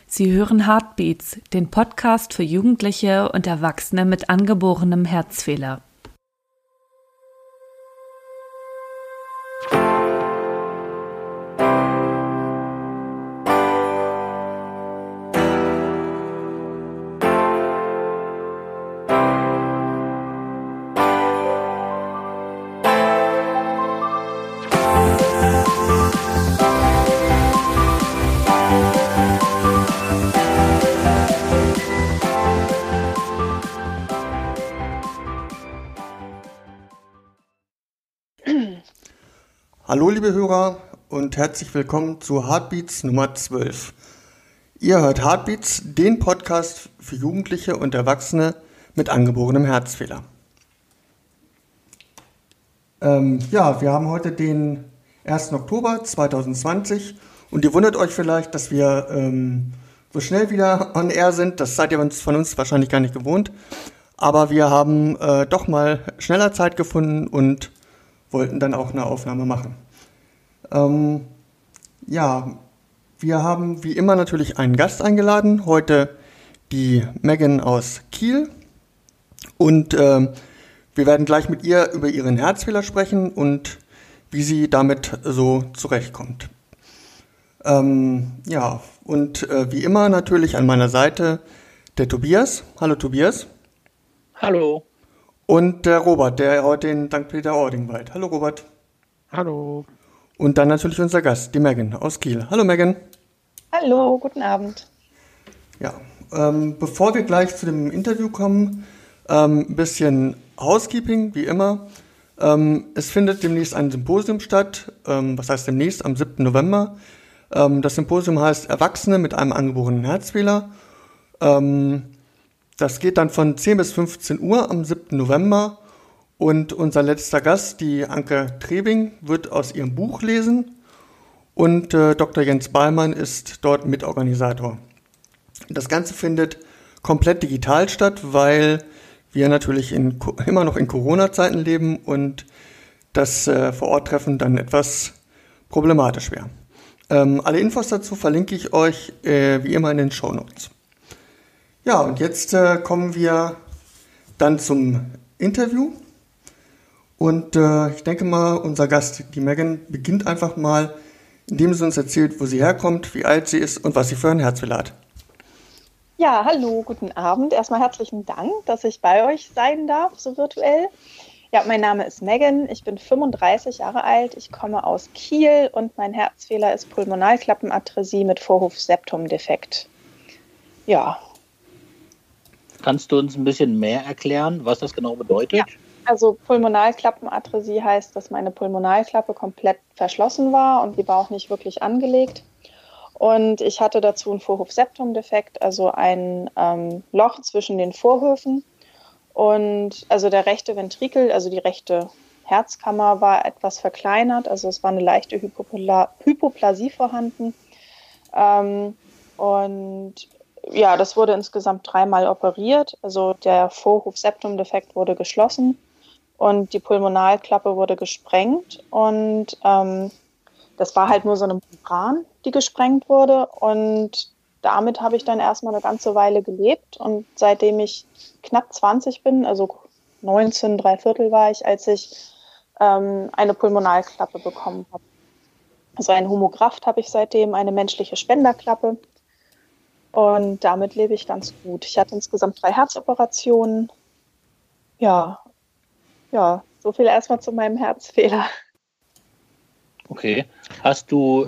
Sie hören Heartbeats, den Podcast für Jugendliche und Erwachsene mit angeborenem Herzfehler. Hallo liebe Hörer und herzlich willkommen zu Heartbeats Nummer 12. Ihr hört Heartbeats, den Podcast für Jugendliche und Erwachsene mit angeborenem Herzfehler. Wir haben heute den 1. Oktober 2020 und ihr wundert euch vielleicht, dass wir so schnell wieder on air sind. Das seid ihr von uns wahrscheinlich gar nicht gewohnt. Aber wir haben doch mal schneller Zeit gefunden und wollten dann auch eine Aufnahme machen. Wir haben wie immer natürlich einen Gast eingeladen, heute die Megan aus Kiel und wir werden gleich mit ihr über ihren Herzfehler sprechen und wie sie damit so zurechtkommt. Wie immer natürlich an meiner Seite der Tobias. Hallo Tobias. Hallo. Und der Robert, der heute in St. Peter-Ording weilt. Hallo Robert. Hallo. Und dann natürlich unser Gast, die Megan aus Kiel. Hallo Megan. Hallo, guten Abend. Ja, bevor wir gleich zu dem Interview kommen, ein bisschen Housekeeping, wie immer. Es findet demnächst ein Symposium statt. Was heißt demnächst? Am 7. November. Das Symposium heißt Erwachsene mit einem angeborenen Herzfehler. Das geht dann von 10 bis 15 Uhr am 7. November und unser letzter Gast, die Anke Trebing, wird aus ihrem Buch lesen und Dr. Jens Ballmann ist dort Mitorganisator. Das Ganze findet komplett digital statt, weil wir natürlich immer noch in Corona-Zeiten leben und das Vor-Ort-Treffen dann etwas problematisch wäre. Alle Infos dazu verlinke ich euch wie immer in den Shownotes. Ja, und jetzt kommen wir dann zum Interview. Und ich denke mal, unser Gast, die Megan, beginnt einfach mal, indem sie uns erzählt, wo sie herkommt, wie alt sie ist und was sie für ein Herzfehler hat. Ja, hallo, guten Abend. Erstmal herzlichen Dank, dass ich bei euch sein darf, so virtuell. Ja, mein Name ist Megan, ich bin 35 Jahre alt, ich komme aus Kiel und mein Herzfehler ist Pulmonalklappenatresie mit Vorhof-Septum-Defekt. Ja. Kannst du uns ein bisschen mehr erklären, was das genau bedeutet? Ja, also Pulmonalklappenatresie heißt, dass meine Pulmonalklappe komplett verschlossen war und die war auch nicht wirklich angelegt. Und ich hatte dazu einen Vorhof-Septum-Defekt, also ein Loch zwischen den Vorhöfen. Und also der rechte Ventrikel, also die rechte Herzkammer war etwas verkleinert, also es war eine leichte Hypoplasie vorhanden. Das wurde insgesamt 3-mal operiert. Also der Vorhof-Septum-Defekt wurde geschlossen und die Pulmonalklappe wurde gesprengt. Und das war halt nur so eine Membran, die gesprengt wurde. Und damit habe ich dann erstmal eine ganze Weile gelebt. Und seitdem ich knapp 20 bin, also 19, 3/4 war ich, als ich eine Pulmonalklappe bekommen habe. Also ein Homograft habe ich seitdem, eine menschliche Spenderklappe. Und damit lebe ich ganz gut. Ich hatte insgesamt 3 Herzoperationen. Ja, so viel erstmal zu meinem Herzfehler. Okay. Hast du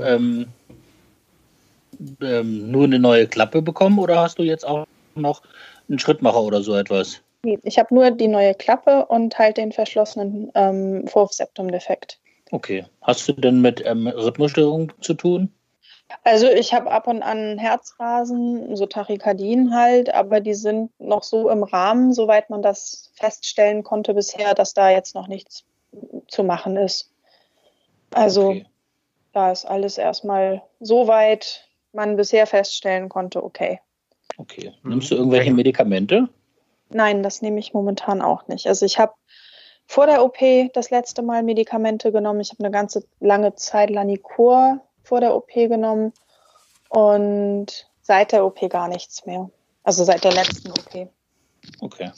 nur eine neue Klappe bekommen oder hast du jetzt auch noch einen Schrittmacher oder so etwas? Nee, ich habe nur die neue Klappe und halt den verschlossenen Vorhof-Septum-Defekt. Okay. Hast du denn mit Rhythmusstörungen zu tun? Also ich habe ab und an Herzrasen, so Tachykardien halt, aber die sind noch so im Rahmen, soweit man das feststellen konnte bisher, dass da jetzt noch nichts zu machen ist. Also Okay. Da ist alles erstmal so weit man bisher feststellen konnte, okay. Okay. Nimmst du irgendwelche Medikamente? Nein, das nehme ich momentan auch nicht. Also ich habe vor der OP das letzte Mal Medikamente genommen. Ich habe eine ganze lange Zeit Lanicor vor der OP genommen und seit der OP gar nichts mehr. Also seit der letzten OP. Okay.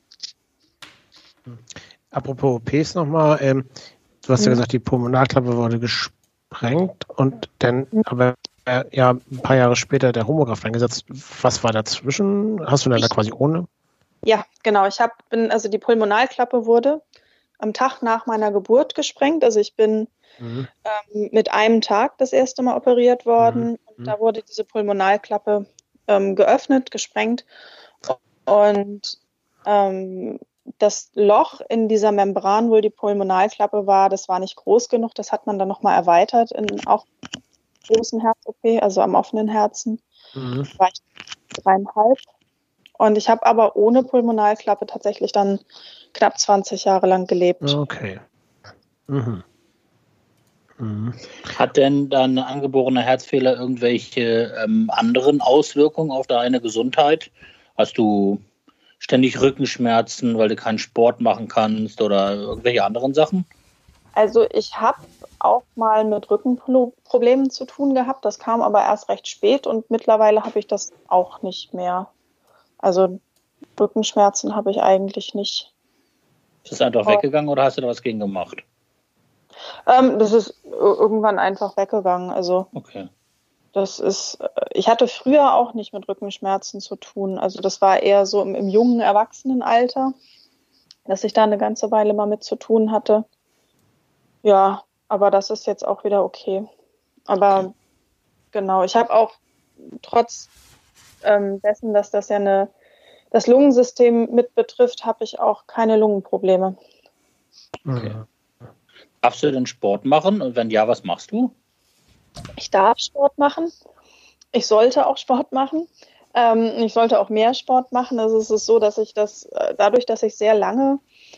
Apropos OPs nochmal, du hast ja gesagt, die Pulmonalklappe wurde gesprengt und dann aber ja ein paar Jahre später der Homograph eingesetzt. Was war dazwischen? Hast du denn da quasi ohne? Ja, genau. Also die Pulmonalklappe wurde am Tag nach meiner Geburt gesprengt. Also ich bin mit einem Tag das erste Mal operiert worden. Und da wurde diese Pulmonalklappe geöffnet, gesprengt. Und das Loch in dieser Membran, wo die Pulmonalklappe war, das war nicht groß genug. Das hat man dann nochmal erweitert in auch großen Herz-OP, also am offenen Herzen. War ich 3,5. Und ich habe aber ohne Pulmonalklappe tatsächlich dann knapp 20 Jahre lang gelebt. Okay. Hat denn dann ein angeborener Herzfehler irgendwelche anderen Auswirkungen auf deine Gesundheit? Hast du ständig Rückenschmerzen, weil du keinen Sport machen kannst oder irgendwelche anderen Sachen? Also ich habe auch mal mit Rückenproblemen zu tun gehabt. Das kam aber erst recht spät und mittlerweile habe ich das auch nicht mehr. Also Rückenschmerzen habe ich eigentlich nicht. Ist das einfach weggegangen oder hast du da was gegen gemacht? Das ist irgendwann einfach weggegangen. Also okay. Ich hatte früher auch nicht mit Rückenschmerzen zu tun. Also das war eher so im jungen Erwachsenenalter, dass ich da eine ganze Weile mal mit zu tun hatte. Ja, aber das ist jetzt auch wieder okay. Aber genau, ich habe auch trotz dessen, dass das ja das Lungensystem mit betrifft, habe ich auch keine Lungenprobleme. Okay. Darfst du denn Sport machen? Und wenn ja, was machst du? Ich darf Sport machen. Ich sollte auch Sport machen. Ich sollte auch mehr Sport machen. Also es ist so, dass ich dadurch, dass ich sehr lange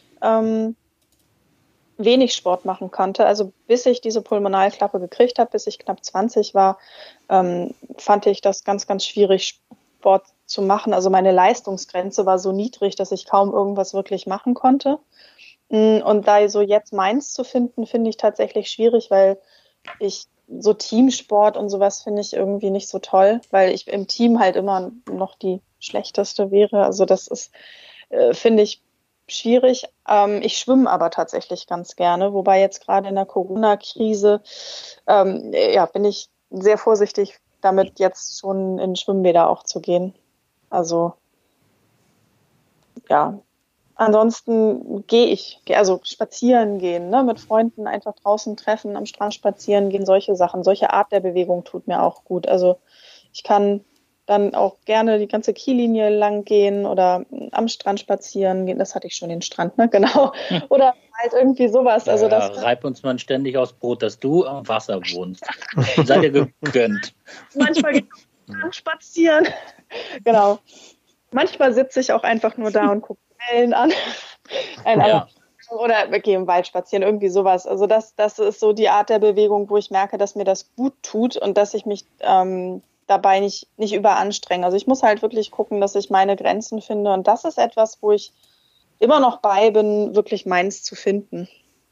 wenig Sport machen konnte, also bis ich diese Pulmonalklappe gekriegt habe, bis ich knapp 20 war, fand ich das ganz, ganz schwierig, Sport zu machen. Also meine Leistungsgrenze war so niedrig, dass ich kaum irgendwas wirklich machen konnte. Und da so jetzt meins zu finden, finde ich tatsächlich schwierig, weil ich so Teamsport und sowas finde ich irgendwie nicht so toll, weil ich im Team halt immer noch die Schlechteste wäre. Also das ist, finde ich, schwierig. Ich schwimme aber tatsächlich ganz gerne, wobei jetzt gerade in der Corona-Krise bin ich sehr vorsichtig damit, jetzt schon in Schwimmbäder auch zu gehen. Also ja, ansonsten also spazieren gehen, ne, mit Freunden einfach draußen treffen, am Strand spazieren gehen, solche Sachen. Solche Art der Bewegung tut mir auch gut. Also ich kann dann auch gerne die ganze Kiellinie lang gehen oder am Strand spazieren gehen. Das hatte ich schon, den Strand, ne? Genau. Oder halt irgendwie sowas. Also reib uns mal ständig aufs Brot, dass du am Wasser wohnst. Sei dir gegönnt. Manchmal geht es am Strand spazieren. Genau. Manchmal sitze ich auch einfach nur da und gucke Wellen an. Oder gehe im Wald spazieren, irgendwie sowas. Also das ist so die Art der Bewegung, wo ich merke, dass mir das gut tut und dass ich mich dabei nicht überanstrengen. Also ich muss halt wirklich gucken, dass ich meine Grenzen finde. Und das ist etwas, wo ich immer noch bei bin, wirklich meins zu finden.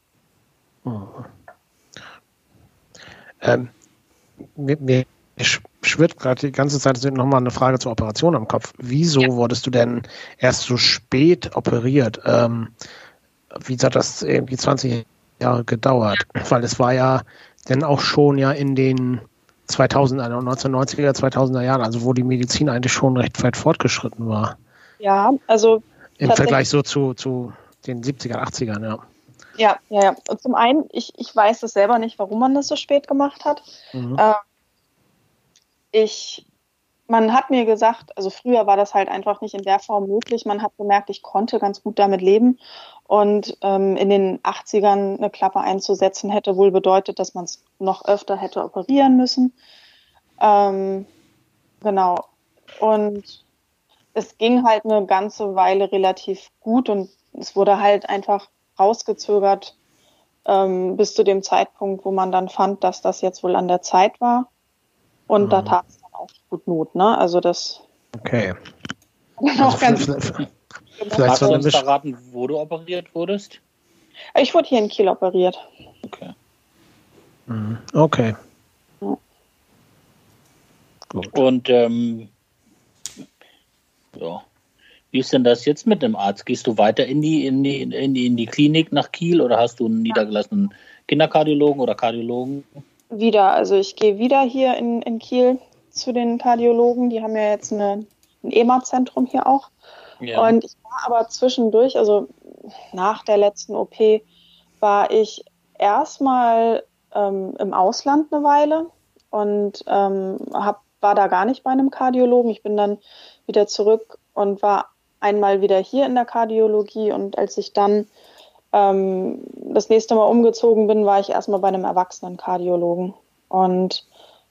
Mir schwirrt gerade die ganze Zeit nochmal eine Frage zur Operation am Kopf. Wieso wurdest du denn erst so spät operiert? Wie hat das irgendwie 20 Jahre gedauert? Weil es war ja dann auch schon ja in den 1990er, 2000er Jahren, also wo die Medizin eigentlich schon recht weit fortgeschritten war. Ja, also im Vergleich so zu den 70er, 80ern, ja. Ja. Und zum einen, ich weiß es selber nicht, warum man das so spät gemacht hat. Man hat mir gesagt, also früher war das halt einfach nicht in der Form möglich. Man hat gemerkt, ich konnte ganz gut damit leben. Und in den 80ern eine Klappe einzusetzen, hätte wohl bedeutet, dass man es noch öfter hätte operieren müssen. Genau. Und es ging halt eine ganze Weile relativ gut und es wurde halt einfach rausgezögert bis zu dem Zeitpunkt, wo man dann fand, dass das jetzt wohl an der Zeit war. Und da tat es dann auch gut Not, ne? Also das... Okay. Auch ganz Kannst du uns verraten, wo du operiert wurdest? Ich wurde hier in Kiel operiert. Okay. Okay. Ja. Gut. Und ja. Wie ist denn das jetzt mit dem Arzt? Gehst du weiter in die Klinik nach Kiel oder hast du einen niedergelassenen Kinderkardiologen oder Kardiologen? Wieder, also ich gehe wieder hier in Kiel zu den Kardiologen. Die haben ja jetzt ein EMA-Zentrum hier auch. Ja. Und ich war aber zwischendurch, also nach der letzten OP, war ich erstmal im Ausland eine Weile und war da gar nicht bei einem Kardiologen. Ich bin dann wieder zurück und war einmal wieder hier in der Kardiologie. Und als ich dann das nächste Mal umgezogen bin, war ich erstmal bei einem Erwachsenen-Kardiologen und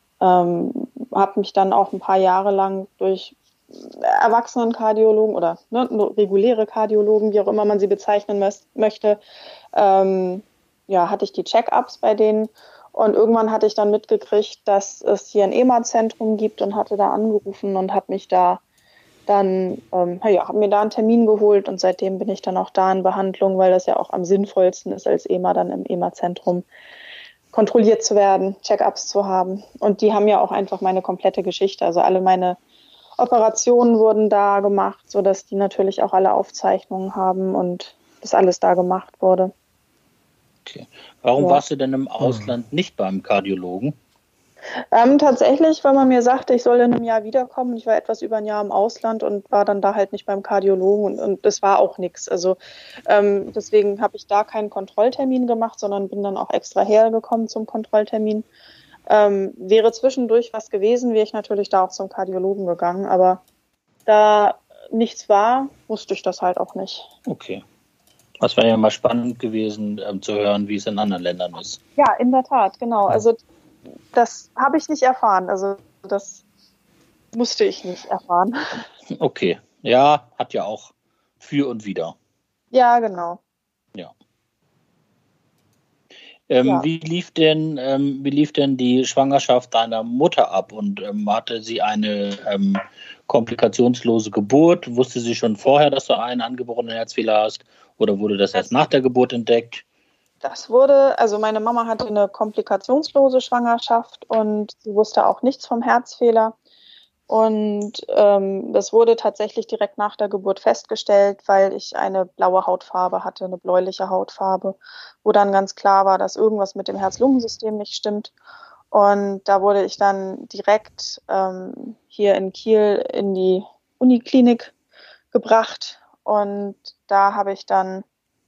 habe mich dann auch ein paar Jahre lang durch Erwachsenen-Kardiologen oder reguläre Kardiologen, wie auch immer man sie bezeichnen möchte, hatte ich die Check-ups bei denen. Und irgendwann hatte ich dann mitgekriegt, dass es hier ein EMA-Zentrum gibt und hatte da angerufen und habe mich da dann, habe mir da einen Termin geholt und seitdem bin ich dann auch da in Behandlung, weil das ja auch am sinnvollsten ist, als EMA dann im EMA-Zentrum kontrolliert zu werden, Check-ups zu haben. Und die haben ja auch einfach meine komplette Geschichte. Also alle meine Operationen wurden da gemacht, sodass die natürlich auch alle Aufzeichnungen haben und das alles da gemacht wurde. Okay. Warum warst du denn im Ausland nicht beim Kardiologen? Tatsächlich, weil man mir sagte, ich soll in einem Jahr wiederkommen. Ich war etwas über ein Jahr im Ausland und war dann da halt nicht beim Kardiologen und das war auch nichts. Also deswegen habe ich da keinen Kontrolltermin gemacht, sondern bin dann auch extra hergekommen zum Kontrolltermin. Wäre zwischendurch was gewesen, wäre ich natürlich da auch zum Kardiologen gegangen, aber da nichts war, wusste ich das halt auch nicht. Okay. Das wäre ja mal spannend gewesen, zu hören, wie es in anderen Ländern ist. Ja, in der Tat, genau. Also das habe ich nicht erfahren. Also das musste ich nicht erfahren. Okay. Ja, hat ja auch für und wider. Ja, genau. Ja. Wie lief denn die Schwangerschaft deiner Mutter ab und hatte sie eine komplikationslose Geburt? Wusste sie schon vorher, dass du einen angeborenen Herzfehler hast oder wurde das erst nach der Geburt entdeckt? Also meine Mama hatte eine komplikationslose Schwangerschaft und sie wusste auch nichts vom Herzfehler. Und das wurde tatsächlich direkt nach der Geburt festgestellt, weil ich eine blaue Hautfarbe hatte, eine bläuliche Hautfarbe, wo dann ganz klar war, dass irgendwas mit dem Herz-Lungen-System nicht stimmt. Und da wurde ich dann direkt hier in Kiel in die Uniklinik gebracht. Und da habe ich dann,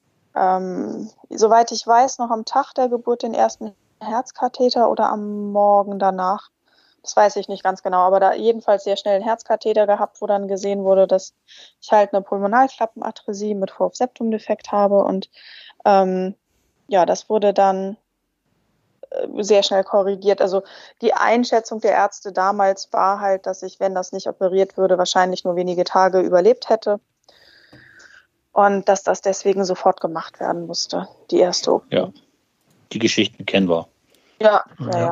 soweit ich weiß, noch am Tag der Geburt den ersten Herzkatheter oder am Morgen danach. Das weiß ich nicht ganz genau, aber da jedenfalls sehr schnell einen Herzkatheter gehabt, wo dann gesehen wurde, dass ich halt eine Pulmonalklappenatresie mit Vorhof-Septum-Defekt habe. Und das wurde dann sehr schnell korrigiert. Also die Einschätzung der Ärzte damals war halt, dass ich, wenn das nicht operiert würde, wahrscheinlich nur wenige Tage überlebt hätte. Und dass das deswegen sofort gemacht werden musste, die erste OP. Ja, die Geschichten kennen wir. Ja.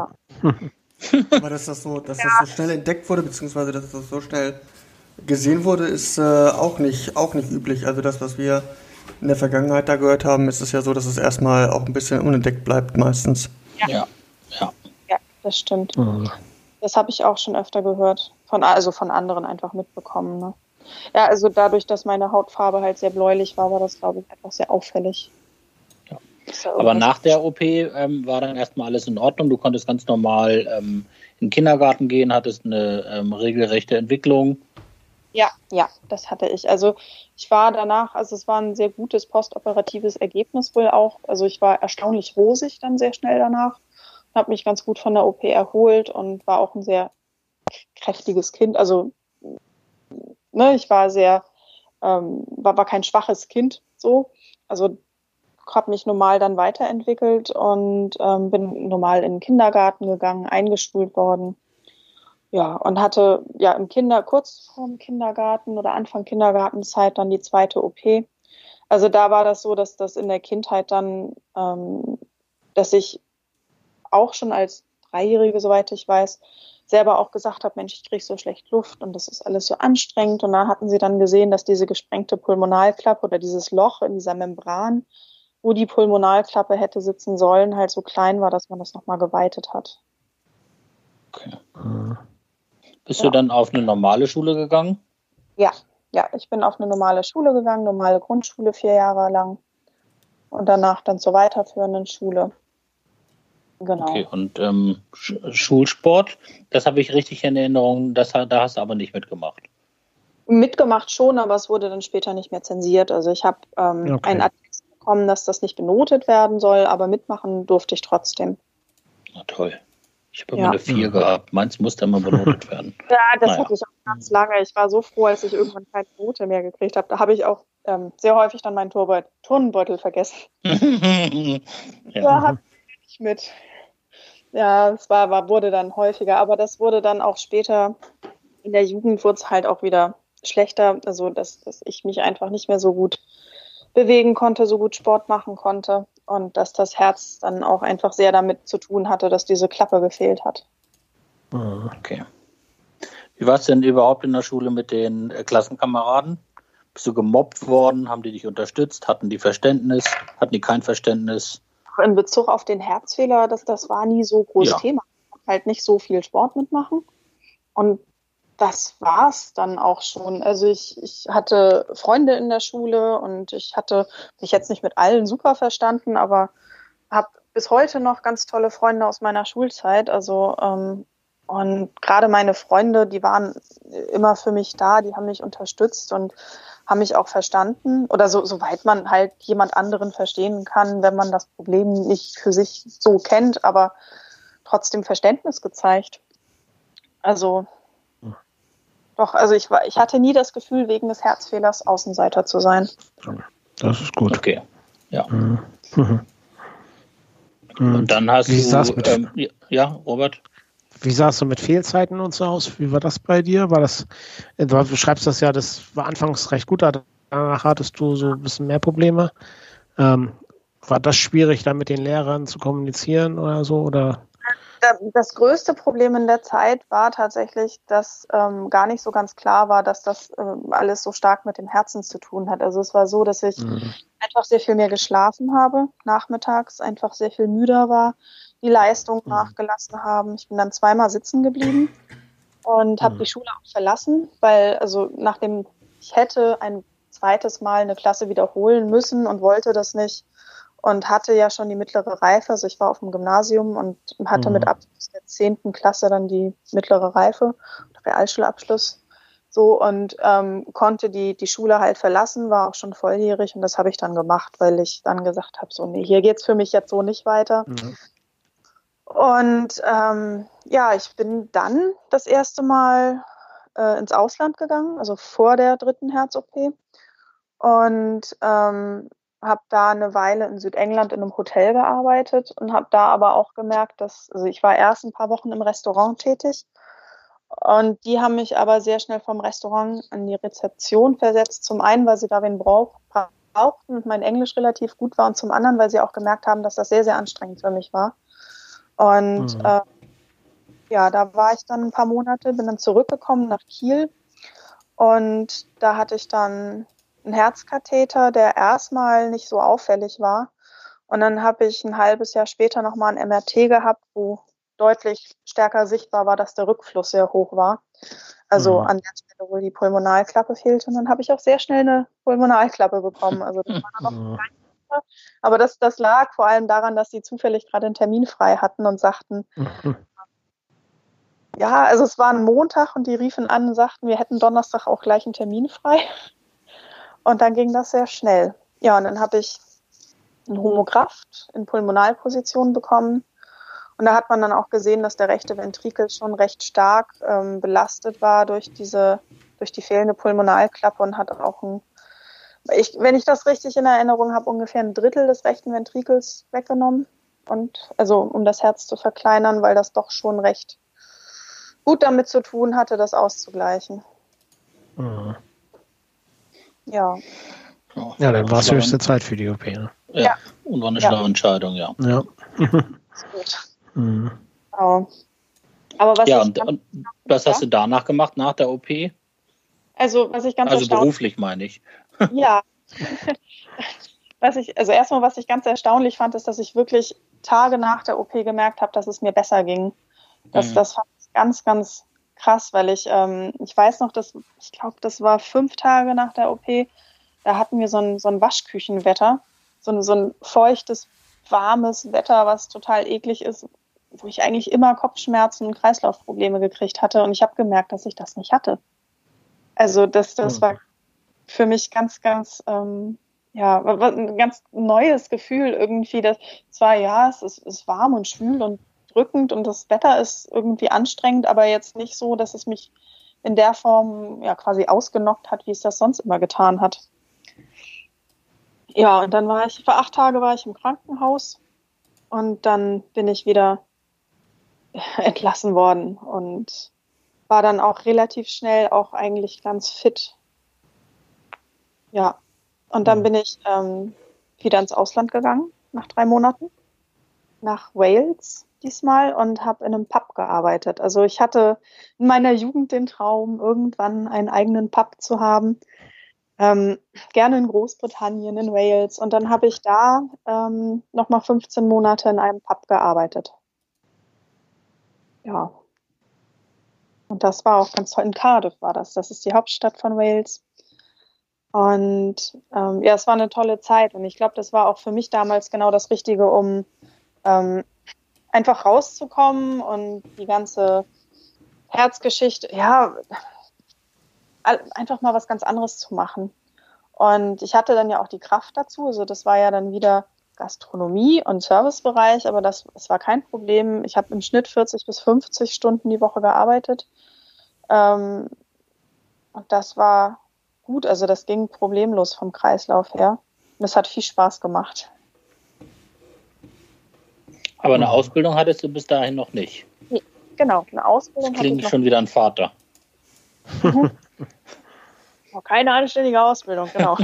Aber dass das so schnell entdeckt wurde, beziehungsweise dass das so schnell gesehen wurde, ist auch nicht üblich. Also das, was wir in der Vergangenheit da gehört haben, ist es ja so, dass es erstmal auch ein bisschen unentdeckt bleibt meistens. Ja, das stimmt. Mhm. Das habe ich auch schon öfter gehört. Von anderen einfach mitbekommen. Ne? Ja, also dadurch, dass meine Hautfarbe halt sehr bläulich war, war das, glaube ich, einfach sehr auffällig. Aber nach der OP war dann erstmal alles in Ordnung. Du konntest ganz normal in den Kindergarten gehen, hattest eine regelrechte Entwicklung. Ja, das hatte ich. Also ich war danach, es war ein sehr gutes postoperatives Ergebnis wohl auch. Also ich war erstaunlich rosig dann sehr schnell danach, habe mich ganz gut von der OP erholt und war auch ein sehr kräftiges Kind. Also ich war war kein schwaches Kind so. Also habe mich normal dann weiterentwickelt und bin normal in den Kindergarten gegangen, eingeschult worden. Ja, und hatte kurz vorm Kindergarten oder Anfang Kindergartenzeit dann die zweite OP. Also da war das so, dass das in der Kindheit dann, dass ich auch schon als Dreijährige, soweit ich weiß, selber auch gesagt habe, Mensch, ich kriege so schlecht Luft und das ist alles so anstrengend. Und da hatten sie dann gesehen, dass diese gesprengte Pulmonalklappe oder dieses Loch in dieser Membran, wo die Pulmonalklappe hätte sitzen sollen, halt so klein war, dass man das nochmal geweitet hat. Okay. Bist du dann auf eine normale Schule gegangen? Ja, ich bin auf eine normale Schule gegangen, normale Grundschule 4 Jahre lang und danach dann zur weiterführenden Schule. Genau. Okay, und Schulsport, das habe ich richtig in Erinnerung, da hast du aber nicht mitgemacht. Mitgemacht schon, aber es wurde dann später nicht mehr zensiert. Also ich habe einen Attest bekommen, dass das nicht benotet werden soll, aber mitmachen durfte ich trotzdem. Na toll. Ich habe immer eine 4 gehabt. Meins musste immer benotet werden. Ja, das hatte ich auch ganz lange. Ich war so froh, als ich irgendwann keine Note mehr gekriegt habe. Da habe ich auch sehr häufig dann meinen Turnbeutel vergessen. Ja, hatte ich nicht mit. Ja, es wurde dann häufiger, aber das wurde dann auch später in der Jugend wurde es halt auch wieder schlechter, also dass ich mich einfach nicht mehr so gut bewegen konnte, so gut Sport machen konnte und dass das Herz dann auch einfach sehr damit zu tun hatte, dass diese Klappe gefehlt hat. Okay. Wie war es denn überhaupt in der Schule mit den Klassenkameraden? Bist du gemobbt worden? Haben die dich unterstützt? Hatten die Verständnis? Hatten die kein Verständnis? In Bezug auf den Herzfehler, das war nie so groß Thema. Halt nicht so viel Sport mitmachen. Und das war's dann auch schon. Also ich hatte Freunde in der Schule und ich hatte mich jetzt nicht mit allen super verstanden, aber habe bis heute noch ganz tolle Freunde aus meiner Schulzeit. Also und gerade meine Freunde, die waren immer für mich da, die haben mich unterstützt und haben mich auch verstanden. Oder soweit man halt jemand anderen verstehen kann, wenn man das Problem nicht für sich so kennt, aber trotzdem Verständnis gezeigt. Also doch, also ich hatte nie das Gefühl, wegen des Herzfehlers Außenseiter zu sein. Das ist gut. Okay, ja. Und dann hast du, Robert? Wie sah es so mit Fehlzeiten und so aus? Wie war das bei dir? Du schreibst das ja, das war anfangs recht gut, danach hattest du so ein bisschen mehr Probleme. War das schwierig, da mit den Lehrern zu kommunizieren oder so? Oder? Das größte Problem in der Zeit war tatsächlich, dass gar nicht so ganz klar war, dass das alles so stark mit dem Herzen zu tun hat. Also es war so, dass ich einfach sehr viel mehr geschlafen habe, nachmittags einfach sehr viel müder war, die Leistung nachgelassen haben. Ich bin dann 2-mal sitzen geblieben und habe die Schule auch verlassen, weil nachdem ich hätte ein zweites Mal eine Klasse wiederholen müssen und wollte das nicht und hatte ja schon die mittlere Reife. Also ich war auf dem Gymnasium und hatte mit Abschluss der 10. Klasse dann die mittlere Reife, Realschulabschluss. So und konnte die Schule halt verlassen, war auch schon volljährig und das habe ich dann gemacht, weil ich dann gesagt habe, so nee, hier geht's für mich jetzt so nicht weiter. Und ich bin dann das erste Mal ins Ausland gegangen, also vor der 3. Herz-OP und habe da eine Weile in Südengland in einem Hotel gearbeitet und habe da aber auch gemerkt, ich war erst ein paar Wochen im Restaurant tätig und die haben mich aber sehr schnell vom Restaurant an die Rezeption versetzt. Zum einen, weil sie da wen brauchten und mein Englisch relativ gut war und zum anderen, weil sie auch gemerkt haben, dass das sehr, sehr anstrengend für mich war. Und da war ich dann ein paar Monate, bin dann zurückgekommen nach Kiel und da hatte ich dann einen Herzkatheter, der erstmal nicht so auffällig war. Und dann habe ich ein halbes Jahr später nochmal ein MRT gehabt, wo deutlich stärker sichtbar war, dass der Rückfluss sehr hoch war. Also an der Stelle, wo die Pulmonalklappe fehlte. Und dann habe ich auch sehr schnell eine Pulmonalklappe bekommen. Also das war noch aber das lag vor allem daran, dass sie zufällig gerade einen Termin frei hatten und sagten, also es war ein Montag und die riefen an und sagten, wir hätten Donnerstag auch gleich einen Termin frei. Und dann ging das sehr schnell. Ja, und dann habe ich einen Homograft in Pulmonalposition bekommen. Und da hat man dann auch gesehen, dass der rechte Ventrikel schon recht stark belastet war durch die fehlende Pulmonalklappe und hat auch wenn ich das richtig in Erinnerung habe, ungefähr ein Drittel des rechten Ventrikels weggenommen. Und um das Herz zu verkleinern, weil das doch schon recht gut damit zu tun hatte, das auszugleichen. Ja. Ja, dann war es höchste Zeit für die OP. Ne? Ja, und war eine schlaue Entscheidung, ja. Ja. Ist gut. Aber was hast du danach gemacht, nach der OP? Also, was ich ganz erstaunlich... beruflich meine ich. Ja. Was ich ganz erstaunlich fand, ist, dass ich wirklich Tage nach der OP gemerkt habe, dass es mir besser ging. Das fand ich ganz, ganz krass, weil ich weiß noch, ich glaube, das war 5 Tage nach der OP, da hatten wir so ein Waschküchenwetter, so ein feuchtes, warmes Wetter, was total eklig ist, wo ich eigentlich immer Kopfschmerzen und Kreislaufprobleme gekriegt hatte. Und ich habe gemerkt, dass ich das nicht hatte. Also das war für mich ganz, ganz, ein ganz neues Gefühl irgendwie. Es ist warm und schwül und drückend und das Wetter ist irgendwie anstrengend, aber jetzt nicht so, dass es mich in der Form ja quasi ausgenockt hat, wie es das sonst immer getan hat. Ja, und dann für 8 Tage war ich im Krankenhaus und dann bin ich wieder entlassen worden und war dann auch relativ schnell auch eigentlich ganz fit. Ja, und dann bin ich wieder ins Ausland gegangen, nach 3 Monaten, nach Wales diesmal und habe in einem Pub gearbeitet. Also ich hatte in meiner Jugend den Traum, irgendwann einen eigenen Pub zu haben. Gerne in Großbritannien, in Wales. Und dann habe ich da nochmal 15 Monate in einem Pub gearbeitet. Ja. Und das war auch ganz toll. In Cardiff war das. Das ist die Hauptstadt von Wales. Und es war eine tolle Zeit. Und ich glaube, das war auch für mich damals genau das Richtige, um einfach rauszukommen und die ganze Herzgeschichte, einfach mal was ganz anderes zu machen. Und ich hatte dann ja auch die Kraft dazu. Also das war ja dann wieder Gastronomie und Servicebereich, aber es war kein Problem. Ich habe im Schnitt 40 bis 50 Stunden die Woche gearbeitet. Und das war gut. Also das ging problemlos vom Kreislauf her. Und es hat viel Spaß gemacht. Aber eine Ausbildung hattest du bis dahin noch nicht. Nee, genau, eine Ausbildung. Das klingt schon wieder ein Vater. Keine anständige Ausbildung, genau.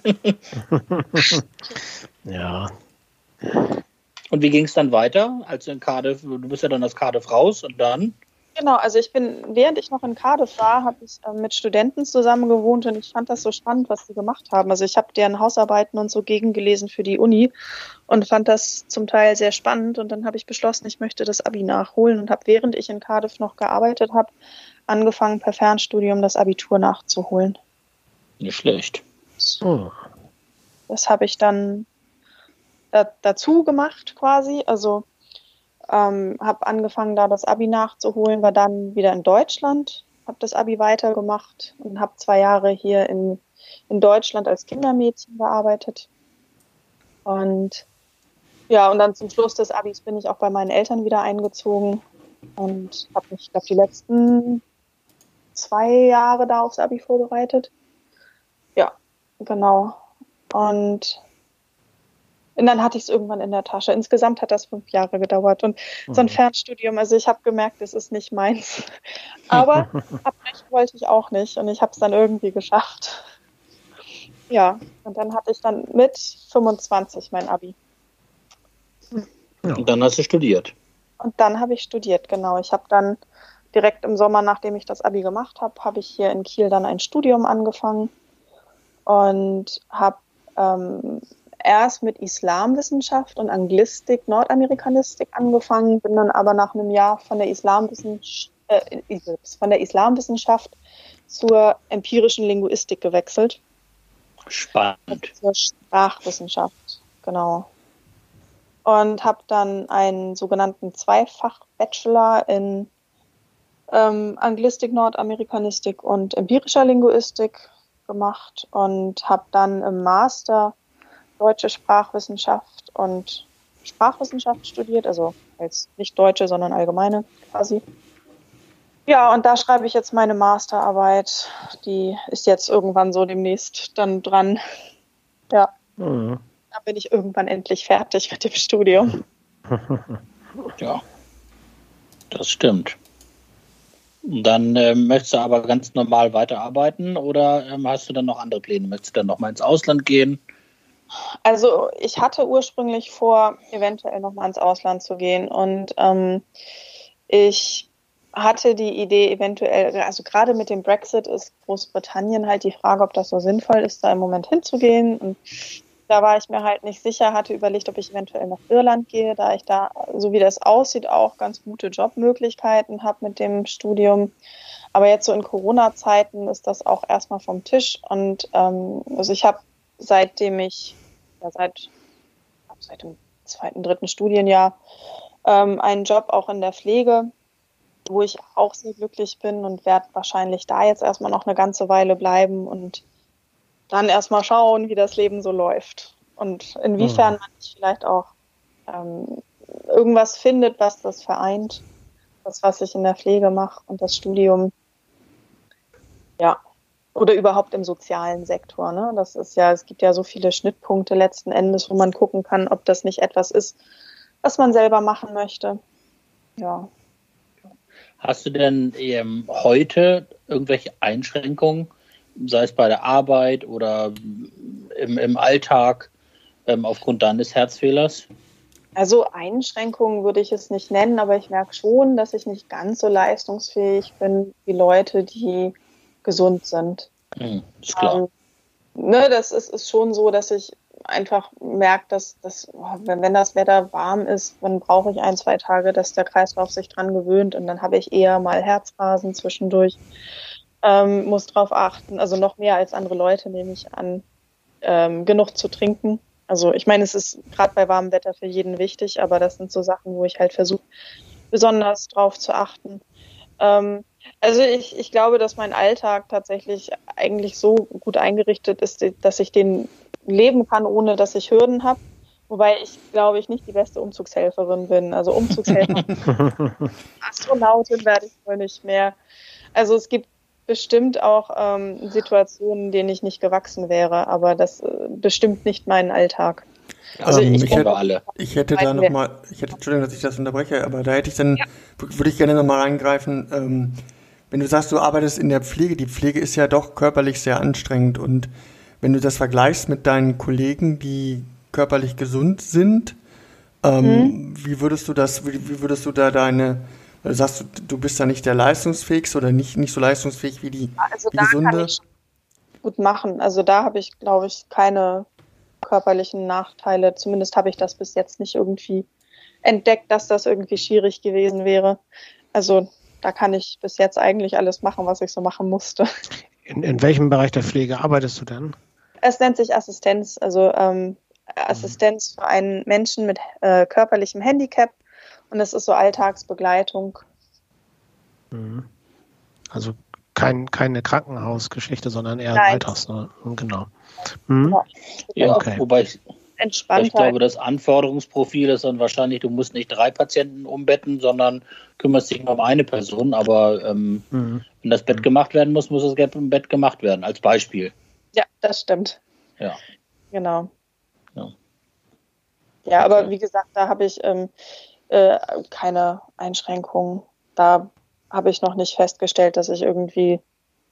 Ja. Und wie ging es dann weiter? Also in Cardiff, du bist ja dann aus Cardiff raus und dann? Genau, also während ich noch in Cardiff war, habe ich mit Studenten zusammen gewohnt und ich fand das so spannend, was sie gemacht haben. Also ich habe deren Hausarbeiten und so gegengelesen für die Uni und fand das zum Teil sehr spannend und dann habe ich beschlossen, ich möchte das Abi nachholen und habe, während ich in Cardiff noch gearbeitet habe, angefangen per Fernstudium das Abitur nachzuholen. Nicht schlecht. Oh. Das habe ich dann dazu gemacht quasi, also habe angefangen, da das Abi nachzuholen, war dann wieder in Deutschland, habe das Abi weitergemacht und habe 2 Jahre hier in Deutschland als Kindermädchen gearbeitet. Und ja, und dann zum Schluss des Abis bin ich auch bei meinen Eltern wieder eingezogen und habe mich, ich glaube, die letzten 2 Jahre da aufs Abi vorbereitet. Ja, genau. Und dann hatte ich es irgendwann in der Tasche. Insgesamt hat das 5 Jahre gedauert. Und so ein Fernstudium, also ich habe gemerkt, es ist nicht meins. Aber abbrechen wollte ich auch nicht. Und ich habe es dann irgendwie geschafft. Ja, und dann hatte ich dann mit 25 mein Abi. Und dann hast du studiert. Und dann habe ich studiert, genau. Ich habe dann direkt im Sommer, nachdem ich das Abi gemacht habe, habe ich hier in Kiel dann ein Studium angefangen und habe erst mit Islamwissenschaft und Anglistik, Nordamerikanistik angefangen, bin dann aber nach einem Jahr von der Islamwissenschaft zur empirischen Linguistik gewechselt. Spannend. Zur Sprachwissenschaft, genau. Und habe dann einen sogenannten Zweifach-Bachelor in Anglistik, Nordamerikanistik und empirischer Linguistik gemacht und habe dann im Master Deutsche Sprachwissenschaft und Sprachwissenschaft studiert, also als nicht Deutsche, sondern allgemeine quasi. Ja, und da schreibe ich jetzt meine Masterarbeit. Die ist jetzt irgendwann so demnächst dann dran. Ja, Da bin ich irgendwann endlich fertig mit dem Studium. Ja, das stimmt. Und dann möchtest du aber ganz normal weiterarbeiten oder hast du dann noch andere Pläne? Möchtest du dann noch mal ins Ausland gehen? Also ich hatte ursprünglich vor, eventuell noch mal ins Ausland zu gehen und ich hatte die Idee eventuell, also gerade mit dem Brexit ist Großbritannien halt die Frage, ob das so sinnvoll ist, da im Moment hinzugehen. Und da war ich mir halt nicht sicher, hatte überlegt, ob ich eventuell nach Irland gehe, da ich da, so wie das aussieht, auch ganz gute Jobmöglichkeiten habe mit dem Studium. Aber jetzt so in Corona-Zeiten ist das auch erstmal vom Tisch. Und also ich habe seit dem zweiten, dritten Studienjahr einen Job auch in der Pflege, wo ich auch sehr glücklich bin und werde wahrscheinlich da jetzt erstmal noch eine ganze Weile bleiben und dann erstmal schauen, wie das Leben so läuft und inwiefern man nicht vielleicht auch irgendwas findet, was das vereint, das, was ich in der Pflege mache und das Studium. Ja, oder überhaupt im sozialen Sektor. Ne? Das ist ja, es gibt ja so viele Schnittpunkte letzten Endes, wo man gucken kann, ob das nicht etwas ist, was man selber machen möchte. Ja. Hast du denn heute irgendwelche Einschränkungen, sei es bei der Arbeit oder im Alltag, aufgrund deines Herzfehlers? Also Einschränkungen würde ich es nicht nennen, aber ich merke schon, dass ich nicht ganz so leistungsfähig bin wie Leute, die gesund sind. Ist klar. Das ist schon so, dass ich einfach merke, dass wenn das Wetter warm ist, dann brauche ich 1-2 Tage, dass der Kreislauf sich dran gewöhnt und dann habe ich eher mal Herzrasen zwischendurch. Muss drauf achten, also noch mehr als andere Leute, nehme ich an, genug zu trinken. Also ich meine, es ist gerade bei warmem Wetter für jeden wichtig, aber das sind so Sachen, wo ich halt versuche, besonders drauf zu achten. Also ich glaube, dass mein Alltag tatsächlich eigentlich so gut eingerichtet ist, dass ich den leben kann, ohne dass ich Hürden habe. Wobei ich, glaube ich, nicht die beste Umzugshelferin bin. Also Umzugshelferin, Astronautin werde ich wohl nicht mehr. Also es gibt bestimmt auch Situationen, denen ich nicht gewachsen wäre, aber das bestimmt nicht meinen Alltag. Also Entschuldigung, dass ich das unterbreche, aber da hätte ich dann, würde ich gerne nochmal reingreifen, wenn du sagst, du arbeitest in der Pflege, die Pflege ist ja doch körperlich sehr anstrengend und wenn du das vergleichst mit deinen Kollegen, die körperlich gesund sind, wie würdest du da sagst du bist da nicht der leistungsfähigste oder nicht so leistungsfähig wie die Gesunde? Kann ich gut machen. Also da habe ich, glaube ich, keine körperlichen Nachteile. Zumindest habe ich das bis jetzt nicht irgendwie entdeckt, dass das irgendwie schwierig gewesen wäre. Also da kann ich bis jetzt eigentlich alles machen, was ich so machen musste. In welchem Bereich der Pflege arbeitest du denn? Es nennt sich Assistenz, also Assistenz für einen Menschen mit körperlichem Handicap und es ist so Alltagsbegleitung. Also keine Krankenhausgeschichte, sondern eher Alltags. Ne? Genau. Ja, okay. Wobei ich glaube, das Anforderungsprofil ist dann wahrscheinlich, du musst nicht 3 Patienten umbetten, sondern kümmerst dich nur um eine Person. Aber wenn das Bett gemacht werden muss, muss das Bett gemacht werden, als Beispiel. Ja, das stimmt. Ja. Genau. Ja, ja, aber wie gesagt, da habe ich keine Einschränkungen. Da habe ich noch nicht festgestellt, dass ich irgendwie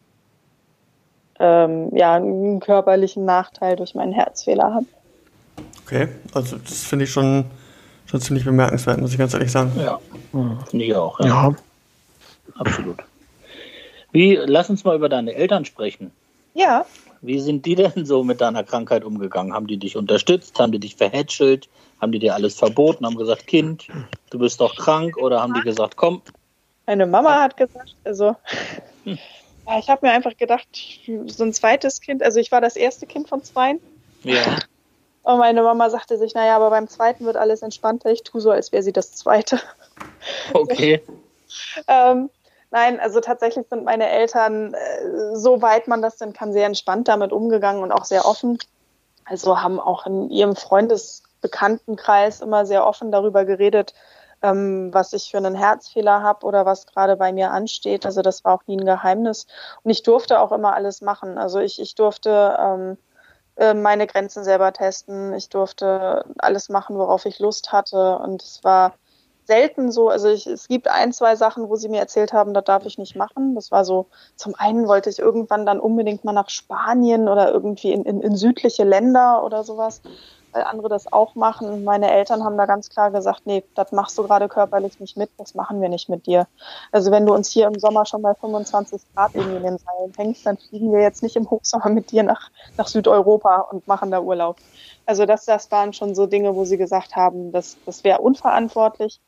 einen körperlichen Nachteil durch meinen Herzfehler habe. Okay, also das finde ich schon ziemlich bemerkenswert, muss ich ganz ehrlich sagen. Ja, finde ich auch. Ja. Absolut. Lass uns mal über deine Eltern sprechen. Ja. Wie sind die denn so mit deiner Krankheit umgegangen? Haben die dich unterstützt? Haben die dich verhätschelt? Haben die dir alles verboten? Haben gesagt, Kind, du bist doch krank? Oder haben die gesagt, komm? Meine Mama hat gesagt, ich habe mir einfach gedacht, so ein zweites Kind, also ich war das erste Kind von 2. Ja. Und meine Mama sagte sich, naja, aber beim zweiten wird alles entspannter. Ich tue so, als wäre sie das zweite. Okay. Nein, also tatsächlich sind meine Eltern, soweit man das denn kann, sehr entspannt damit umgegangen und auch sehr offen. Also haben auch in ihrem Freundesbekanntenkreis immer sehr offen darüber geredet, was ich für einen Herzfehler habe oder was gerade bei mir ansteht. Also das war auch nie ein Geheimnis. Und ich durfte auch immer alles machen. Also ich durfte meine Grenzen selber testen. Ich durfte alles machen, worauf ich Lust hatte. Und es war selten so, also es gibt 1-2 Sachen, wo sie mir erzählt haben, das darf ich nicht machen. Das war so, zum einen wollte ich irgendwann dann unbedingt mal nach Spanien oder irgendwie in südliche Länder oder sowas. weil andere das auch machen. Und meine Eltern haben da ganz klar gesagt, nee, das machst du gerade körperlich nicht mit, das machen wir nicht mit dir. Also wenn du uns hier im Sommer schon bei 25 Grad irgendwie in den Seilen hängst, dann fliegen wir jetzt nicht im Hochsommer mit dir nach Südeuropa und machen da Urlaub. Also das waren schon so Dinge, wo sie gesagt haben, das wäre unverantwortlich.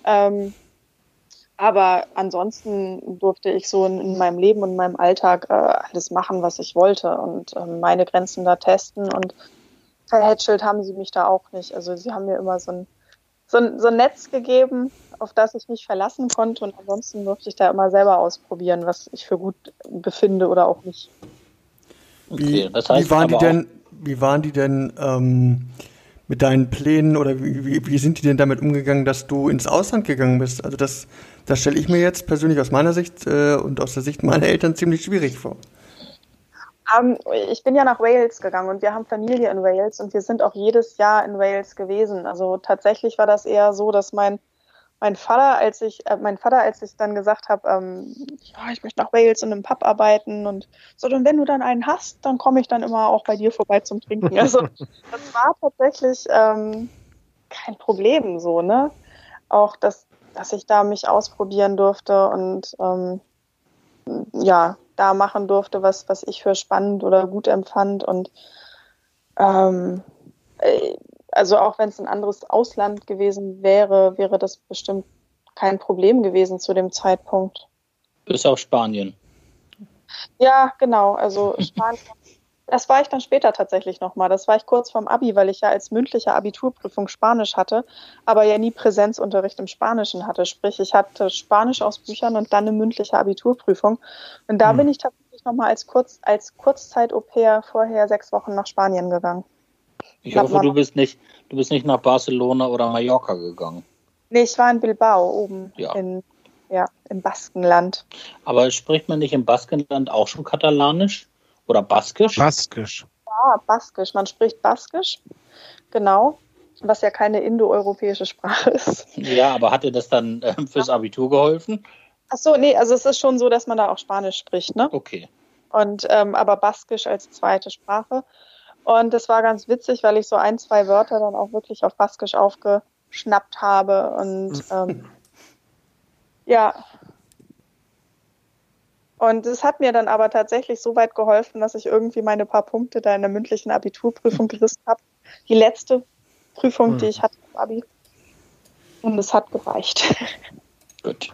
Aber ansonsten durfte ich so in meinem Leben und in meinem Alltag alles machen, was ich wollte und meine Grenzen da testen. Und verhätschelt haben sie mich da auch nicht. Also sie haben mir immer so ein Netz gegeben, auf das ich mich verlassen konnte. Und ansonsten durfte ich da immer selber ausprobieren, was ich für gut befinde oder auch nicht. Okay, das heißt wie waren die denn mit deinen Plänen oder wie sind die denn damit umgegangen, dass du ins Ausland gegangen bist? Also das stelle ich mir jetzt persönlich aus meiner Sicht und aus der Sicht meiner Eltern ziemlich schwierig vor. Ich bin ja nach Wales gegangen und wir haben Familie in Wales und wir sind auch jedes Jahr in Wales gewesen. Also tatsächlich war das eher so, dass mein Vater, als ich dann gesagt habe, ich möchte nach Wales in einem Pub arbeiten und so, und wenn du dann einen hast, dann komme ich dann immer auch bei dir vorbei zum Trinken. Also das war tatsächlich kein Problem so, ne? Auch, dass ich da mich ausprobieren durfte und da machen durfte, was ich für spannend oder gut empfand und also auch wenn es ein anderes Ausland gewesen wäre das bestimmt kein Problem gewesen zu dem Zeitpunkt. Bis auf Spanien. Ja, genau. Also Spanien, das war ich dann später tatsächlich nochmal. Das war ich kurz vorm Abi, weil ich ja als mündliche Abiturprüfung Spanisch hatte, aber ja nie Präsenzunterricht im Spanischen hatte. Sprich, ich hatte Spanisch aus Büchern und dann eine mündliche Abiturprüfung. Und da bin ich tatsächlich nochmal als Kurzzeit-Au-pair vorher 6 Wochen nach Spanien gegangen. Ich hoffe, du bist nicht nach Barcelona oder Mallorca gegangen. Nee, ich war in Bilbao oben im Baskenland. Aber spricht man nicht im Baskenland auch schon Katalanisch oder Baskisch? Baskisch. Ja, Baskisch. Man spricht Baskisch, genau, was ja keine indoeuropäische Sprache ist. Ja, aber hat dir das dann fürs Abitur geholfen? Ach so, nee, also es ist schon so, dass man da auch Spanisch spricht, ne? Okay. Und aber Baskisch als zweite Sprache. Und das war ganz witzig, weil ich so 1, 2 Wörter dann auch wirklich auf Baskisch aufgeschnappt habe. Und ja. Und es hat mir dann aber tatsächlich so weit geholfen, dass ich irgendwie meine paar Punkte da in der mündlichen Abiturprüfung gerissen habe. Die letzte Prüfung, die ich hatte im Abi. Und es hat gereicht. Gut.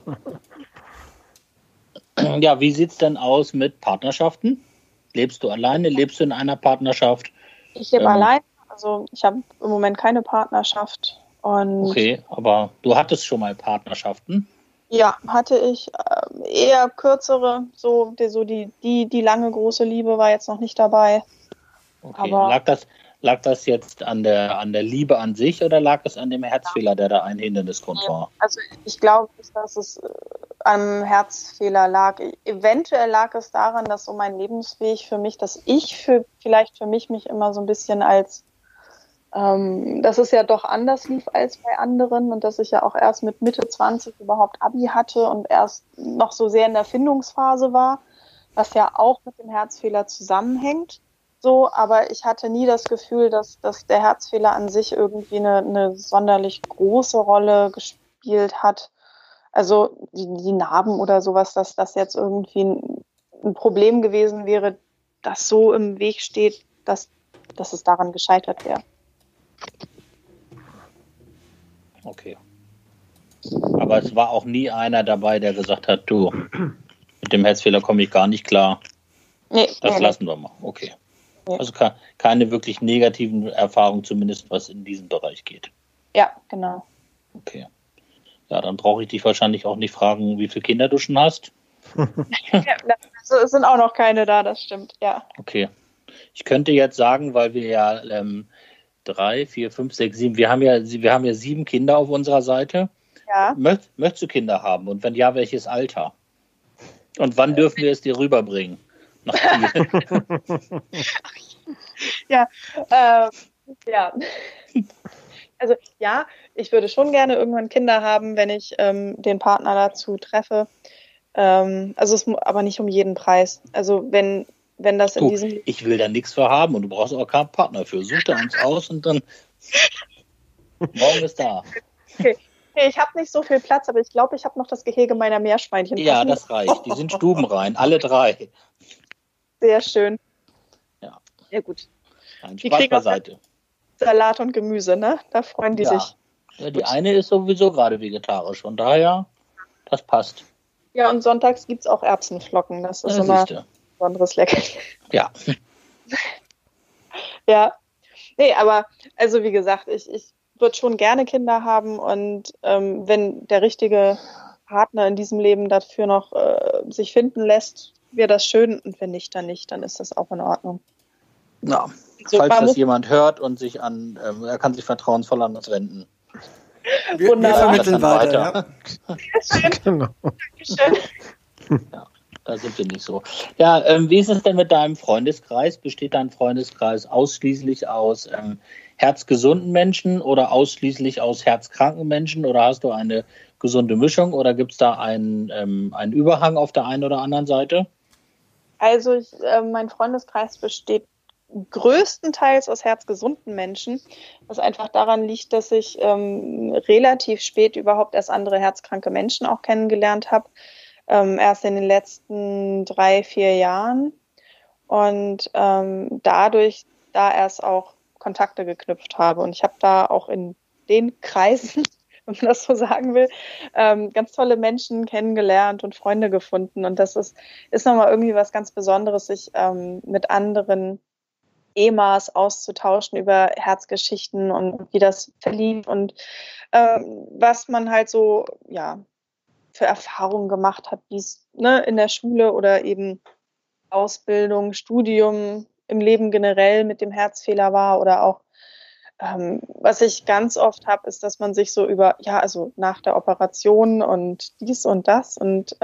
Ja, wie sieht's denn aus mit Partnerschaften? Lebst du alleine? Lebst du in einer Partnerschaft? Ich lebe allein, also ich habe im Moment keine Partnerschaft. Und okay, aber du hattest schon mal Partnerschaften? Ja, hatte ich eher kürzere, die lange große Liebe war jetzt noch nicht dabei. Okay, aber lag das jetzt an der Liebe an sich oder lag es an dem Herzfehler, der da ein Hindernisgrund war? Also ich glaube nicht, dass es am Herzfehler lag. Eventuell lag es daran, dass so mein Lebensweg für mich, dass ich vielleicht für mich immer so ein bisschen als dass es ja doch anders lief als bei anderen und dass ich ja auch erst mit Mitte 20 überhaupt Abi hatte und erst noch so sehr in der Findungsphase war, was ja auch mit dem Herzfehler zusammenhängt. So, aber ich hatte nie das Gefühl, dass der Herzfehler an sich irgendwie eine sonderlich große Rolle gespielt hat. Also die Narben oder sowas, dass das jetzt irgendwie ein Problem gewesen wäre, das so im Weg steht, dass es daran gescheitert wäre. Okay. Aber es war auch nie einer dabei, der gesagt hat, du, mit dem Herzfehler komme ich gar nicht klar. Nee, das lassen wir mal. Okay. Nee. Also keine wirklich negativen Erfahrungen, zumindest was in diesem Bereich geht. Ja, genau. Okay. Ja, dann brauche ich dich wahrscheinlich auch nicht fragen, wie viele Kinder du schon hast. Also es sind auch noch keine da, das stimmt, ja. Okay. Ich könnte jetzt sagen, weil wir ja 3, 4, 5, 6, 7, wir haben ja 7 Kinder auf unserer Seite. Ja. Möchtest du Kinder haben? Und wenn ja, welches Alter? Und wann dürfen wir es dir rüberbringen? Nach Kiel. Ja. Also ja, ich würde schon gerne irgendwann Kinder haben, wenn ich den Partner dazu treffe. Aber nicht um jeden Preis. Also wenn das in diesem... Ich will da nichts für haben und du brauchst auch keinen Partner für. Such dir eins aus und dann Morgen ist da. Okay. Hey, ich habe nicht so viel Platz, aber ich glaube, ich habe noch das Gehege meiner Meerschweinchen. Ja, das reicht. Die sind stubenrein, alle 3. Sehr schön. Ja. Ja, gut. Ein Die Spaß kriegen auch beiseite. Salat und Gemüse, ne? Da freuen die sich. Ja, die eine ist sowieso gerade vegetarisch, von daher, das passt. Ja, und sonntags gibt es auch Erbsenflocken. Das ist immer ein besonderes Leckerchen. Ja. Ja. Nee, aber also wie gesagt, ich würde schon gerne Kinder haben und wenn der richtige Partner in diesem Leben dafür noch sich finden lässt, wäre das schön und wenn nicht, dann ist das auch in Ordnung. Ja, So, falls das jemand hört und sich er kann sich vertrauensvoll an uns wenden. Wir vermitteln weiter. Ja. Schön. Genau. Dankeschön. Ja, da sind wir nicht so. Ja, wie ist es denn mit deinem Freundeskreis? Besteht dein Freundeskreis ausschließlich aus herzgesunden Menschen oder ausschließlich aus herzkranken Menschen oder hast du eine gesunde Mischung oder gibt es da einen Überhang auf der einen oder anderen Seite? Also mein Freundeskreis besteht größtenteils aus herzgesunden Menschen, was einfach daran liegt, dass ich relativ spät überhaupt erst andere herzkranke Menschen auch kennengelernt habe, erst in den letzten 3-4 Jahren und dadurch da erst auch Kontakte geknüpft habe und ich habe da auch in den Kreisen, wenn man das so sagen will, ganz tolle Menschen kennengelernt und Freunde gefunden und das ist nochmal irgendwie was ganz Besonderes, sich mit anderen EMAs auszutauschen über Herzgeschichten und wie das verlief und was man halt so für Erfahrungen gemacht hat, wie es in der Schule oder eben Ausbildung, Studium, im Leben generell mit dem Herzfehler war oder auch was ich ganz oft habe, ist, dass man sich so also nach der Operation und dies und das und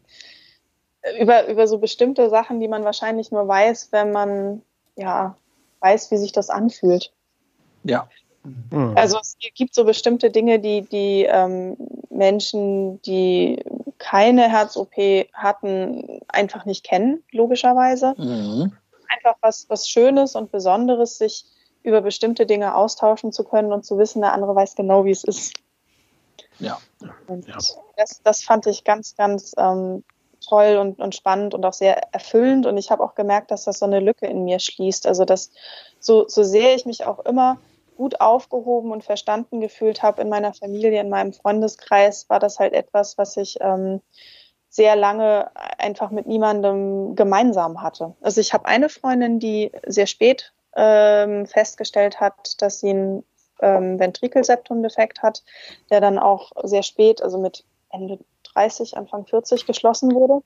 über so bestimmte Sachen, die man wahrscheinlich nur weiß, wenn man weiß, wie sich das anfühlt. Ja. Also es gibt so bestimmte Dinge, die Menschen, die keine Herz-OP hatten, einfach nicht kennen, logischerweise. Mhm. Einfach was Schönes und Besonderes, sich über bestimmte Dinge austauschen zu können und zu wissen, der andere weiß genau, wie es ist. Ja. Und das fand ich ganz, ganz toll und spannend und auch sehr erfüllend. Und ich habe auch gemerkt, dass das so eine Lücke in mir schließt. Also dass so sehr ich mich auch immer gut aufgehoben und verstanden gefühlt habe in meiner Familie, in meinem Freundeskreis, war das halt etwas, was ich sehr lange einfach mit niemandem gemeinsam hatte. Also ich habe eine Freundin, die sehr spät festgestellt hat, dass sie einen Ventrikelseptumdefekt hat, der dann auch sehr spät, also mit Ende 30, Anfang 40 geschlossen wurde.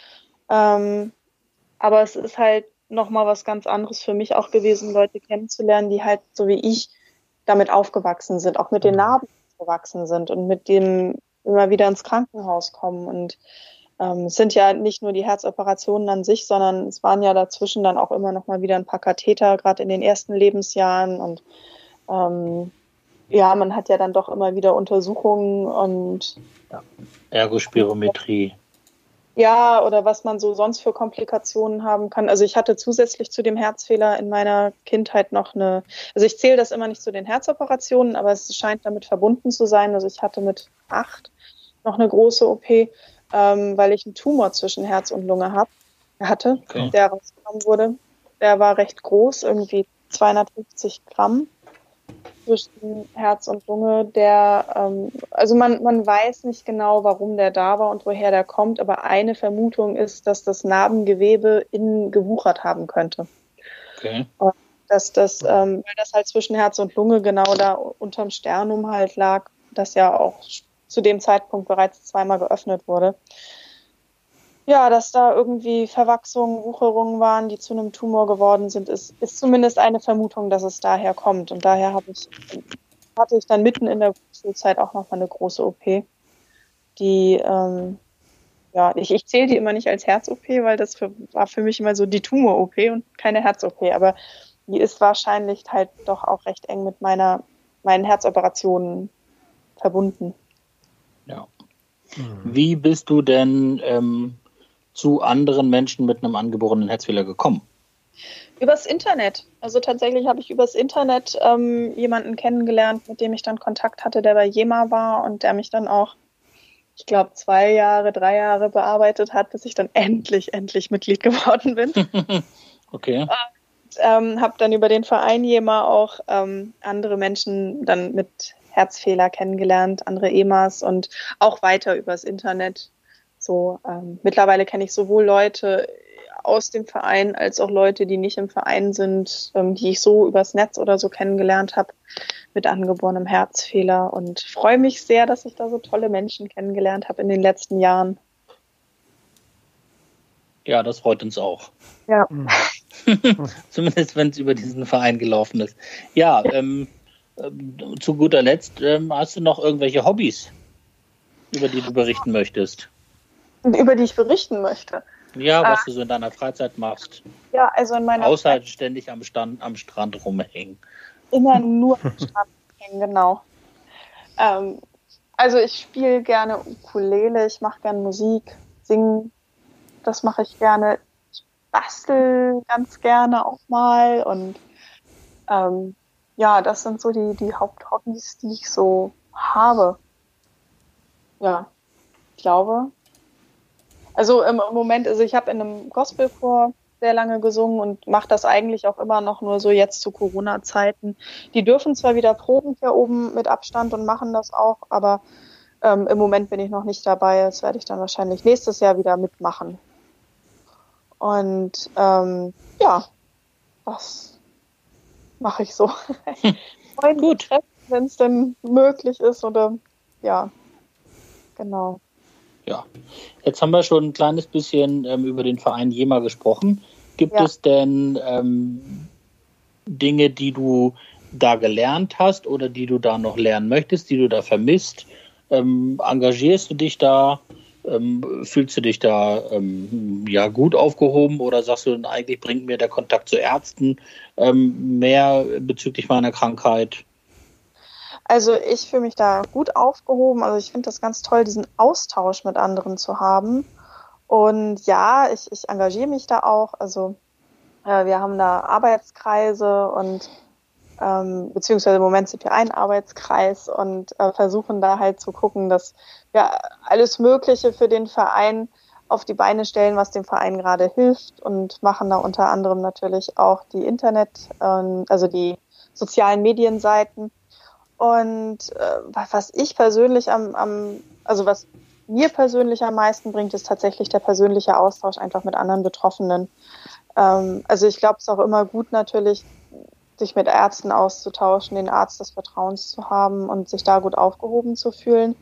Aber es ist halt nochmal was ganz anderes für mich auch gewesen, Leute kennenzulernen, die halt so wie ich damit aufgewachsen sind, auch mit den Narben aufgewachsen sind und mit dem immer wieder ins Krankenhaus kommen. Und es sind ja nicht nur die Herzoperationen an sich, sondern es waren ja dazwischen dann auch immer noch mal wieder ein paar Katheter, gerade in den ersten Lebensjahren. Und man hat ja dann doch immer wieder Untersuchungen und Ergospirometrie. Ja, oder was man so sonst für Komplikationen haben kann. Also ich hatte zusätzlich zu dem Herzfehler in meiner Kindheit noch also ich zähle das immer nicht zu den Herzoperationen, aber es scheint damit verbunden zu sein. Also ich hatte mit 8 noch eine große OP, weil ich einen Tumor zwischen Herz und Lunge hatte, der rausgenommen wurde. Der war recht groß, irgendwie 250 Gramm zwischen Herz und Lunge. Also man weiß nicht genau, warum der da war und woher der kommt, aber eine Vermutung ist, dass das Narbengewebe innen gewuchert haben könnte. Okay. Und weil das halt zwischen Herz und Lunge genau da unterm Sternum halt lag, das ja auch zu dem Zeitpunkt bereits 2-mal geöffnet wurde. Ja, dass da irgendwie Verwachsungen, Wucherungen waren, die zu einem Tumor geworden sind, ist zumindest eine Vermutung, dass es daher kommt. Und daher hatte ich dann mitten in der Schulzeit auch noch mal eine große OP, die, ich zähle die immer nicht als Herz-OP, weil das war für mich immer so die Tumor-OP und keine Herz-OP. Aber die ist wahrscheinlich halt doch auch recht eng mit meinen Herzoperationen verbunden. Ja. Wie bist du denn zu anderen Menschen mit einem angeborenen Herzfehler gekommen? Übers Internet. Also tatsächlich habe ich übers Internet jemanden kennengelernt, mit dem ich dann Kontakt hatte, der bei Jema war und der mich dann auch, ich glaube, 2 Jahre, 3 Jahre bearbeitet hat, bis ich dann endlich Mitglied geworden bin. Okay. Und habe dann über den Verein Jema auch andere Menschen dann mit Herzfehler kennengelernt, andere EMAs und auch weiter übers Internet. So mittlerweile kenne ich sowohl Leute aus dem Verein als auch Leute, die nicht im Verein sind, die ich so übers Netz oder so kennengelernt habe mit angeborenem Herzfehler und freue mich sehr, dass ich da so tolle Menschen kennengelernt habe in den letzten Jahren. Ja, das freut uns auch. Ja. Zumindest, wenn es über diesen Verein gelaufen ist. Ja, zu guter Letzt, hast du noch irgendwelche Hobbys, über die du berichten möchtest? Über die ich berichten möchte. Ja, was du so in deiner Freizeit machst. Ja, also in meiner Außer ständig am Strand rumhängen. Immer nur am Strand hängen, genau. Also ich spiele gerne Ukulele, ich mache gerne Musik, singen, das mache ich gerne. Ich bastel ganz gerne auch mal und ja, das sind so die Haupthobbys, die ich so habe. Ja, ich glaube. Also im Moment, also ich habe in einem Gospelchor sehr lange gesungen und mache das eigentlich auch immer noch nur so jetzt zu Corona-Zeiten. Die dürfen zwar wieder proben hier oben mit Abstand und machen das auch, aber im Moment bin ich noch nicht dabei. Das werde ich dann wahrscheinlich nächstes Jahr wieder mitmachen. Und ja, das mache ich so. Gut. Wenn es denn möglich ist oder ja, genau. Ja, jetzt haben wir schon ein kleines bisschen über den Verein Jema gesprochen. Gibt es denn Dinge, die du da gelernt hast oder die du da noch lernen möchtest, die du da vermisst? Engagierst du dich da? Fühlst du dich da gut aufgehoben oder sagst du, eigentlich bringt mir der Kontakt zu Ärzten mehr bezüglich meiner Krankheit? Also ich fühle mich da gut aufgehoben. Also ich finde das ganz toll, diesen Austausch mit anderen zu haben. Und ja, ich engagiere mich da auch. Also wir haben da Arbeitskreise und beziehungsweise im Moment sind wir ein Arbeitskreis und versuchen da halt zu gucken, dass wir alles Mögliche für den Verein auf die Beine stellen, was dem Verein gerade hilft und machen da unter anderem natürlich auch die also die sozialen Medienseiten. Und was ich persönlich was mir persönlich am meisten bringt, ist tatsächlich der persönliche Austausch einfach mit anderen Betroffenen. Also ich glaube, es ist auch immer gut natürlich, sich mit Ärzten auszutauschen, den Arzt des Vertrauens zu haben und sich da gut aufgehoben zu fühlen.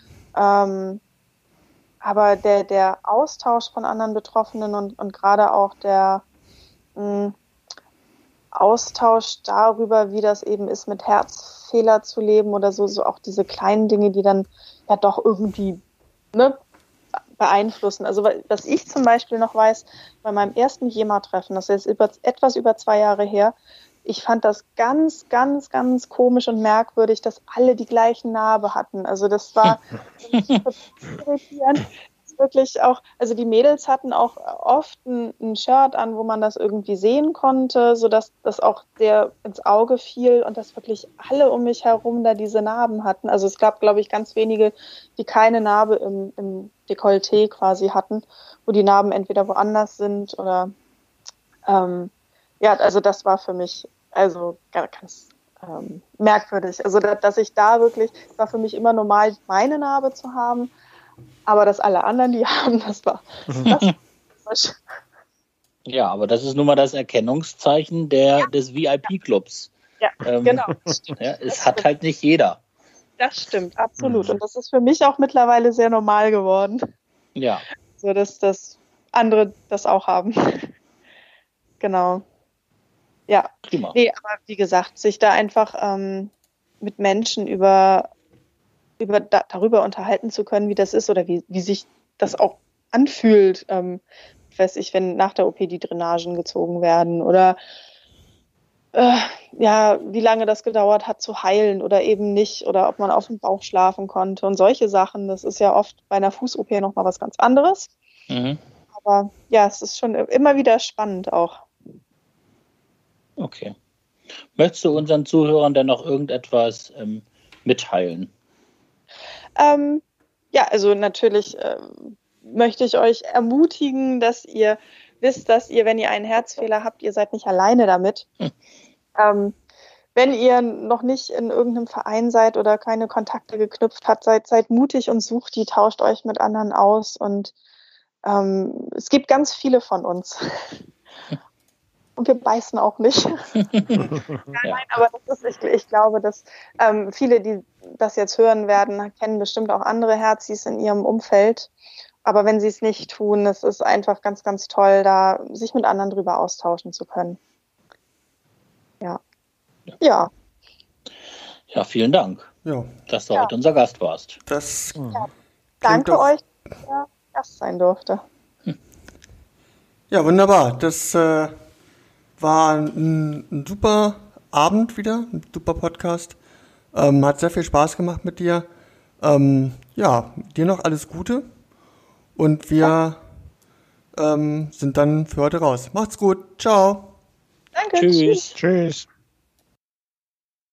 Aber der Austausch von anderen Betroffenen und gerade auch der Austausch darüber, wie das eben ist, mit Herzfehler zu leben oder so auch diese kleinen Dinge, die dann ja doch irgendwie beeinflussen. Also was ich zum Beispiel noch weiß, bei meinem ersten Jema-Treffen, das ist jetzt etwas über 2 Jahre her, ich fand das ganz, ganz, ganz komisch und merkwürdig, dass alle die gleichen Narbe hatten. Also das war irritierend. Wirklich auch, also die Mädels hatten auch oft ein Shirt an, wo man das irgendwie sehen konnte, sodass das auch sehr ins Auge fiel und dass wirklich alle um mich herum da diese Narben hatten. Also es gab, glaube ich, ganz wenige, die keine Narbe im Dekolleté quasi hatten, wo die Narben entweder woanders sind oder also das war für mich also ganz merkwürdig. Also dass ich da wirklich, es war für mich immer normal, meine Narbe zu haben, aber dass alle anderen die haben, das war Ja, aber das ist nun mal das Erkennungszeichen des VIP-Clubs. Ja, genau. Es hat halt nicht jeder. Das stimmt, absolut. Und das ist für mich auch mittlerweile sehr normal geworden. Ja. So, dass andere das auch haben. Genau. Ja. Prima. Nee, aber wie gesagt, sich da einfach mit Menschen darüber unterhalten zu können, wie das ist oder wie sich das auch anfühlt, weiß ich, wenn nach der OP die Drainagen gezogen werden oder wie lange das gedauert hat zu heilen oder eben nicht oder ob man auf dem Bauch schlafen konnte und solche Sachen, das ist ja oft bei einer Fuß-OP nochmal was ganz anderes. Mhm. Aber ja, es ist schon immer wieder spannend auch. Okay. Möchtest du unseren Zuhörern denn noch irgendetwas mitteilen? Ja, also natürlich möchte ich euch ermutigen, dass ihr wisst, dass ihr, wenn ihr einen Herzfehler habt, ihr seid nicht alleine damit. Wenn ihr noch nicht in irgendeinem Verein seid oder keine Kontakte geknüpft habt, seid mutig und sucht die, tauscht euch mit anderen aus. Und es gibt ganz viele von uns. Und wir beißen auch nicht. Nein, aber das ist, ich glaube, dass viele, die das jetzt hören werden, kennen bestimmt auch andere Herzis in ihrem Umfeld. Aber wenn sie es nicht tun, es ist einfach ganz, ganz toll, da sich mit anderen drüber austauschen zu können. Ja. Ja. Ja, vielen Dank, dass du heute unser Gast warst. Danke euch, dass ich Gast sein durfte. Ja, wunderbar. Das war ein super Abend wieder, ein super Podcast. Hat sehr viel Spaß gemacht mit dir. Dir noch alles Gute. Und wir sind dann für heute raus. Macht's gut. Ciao. Danke. Tschüss. Tschüss.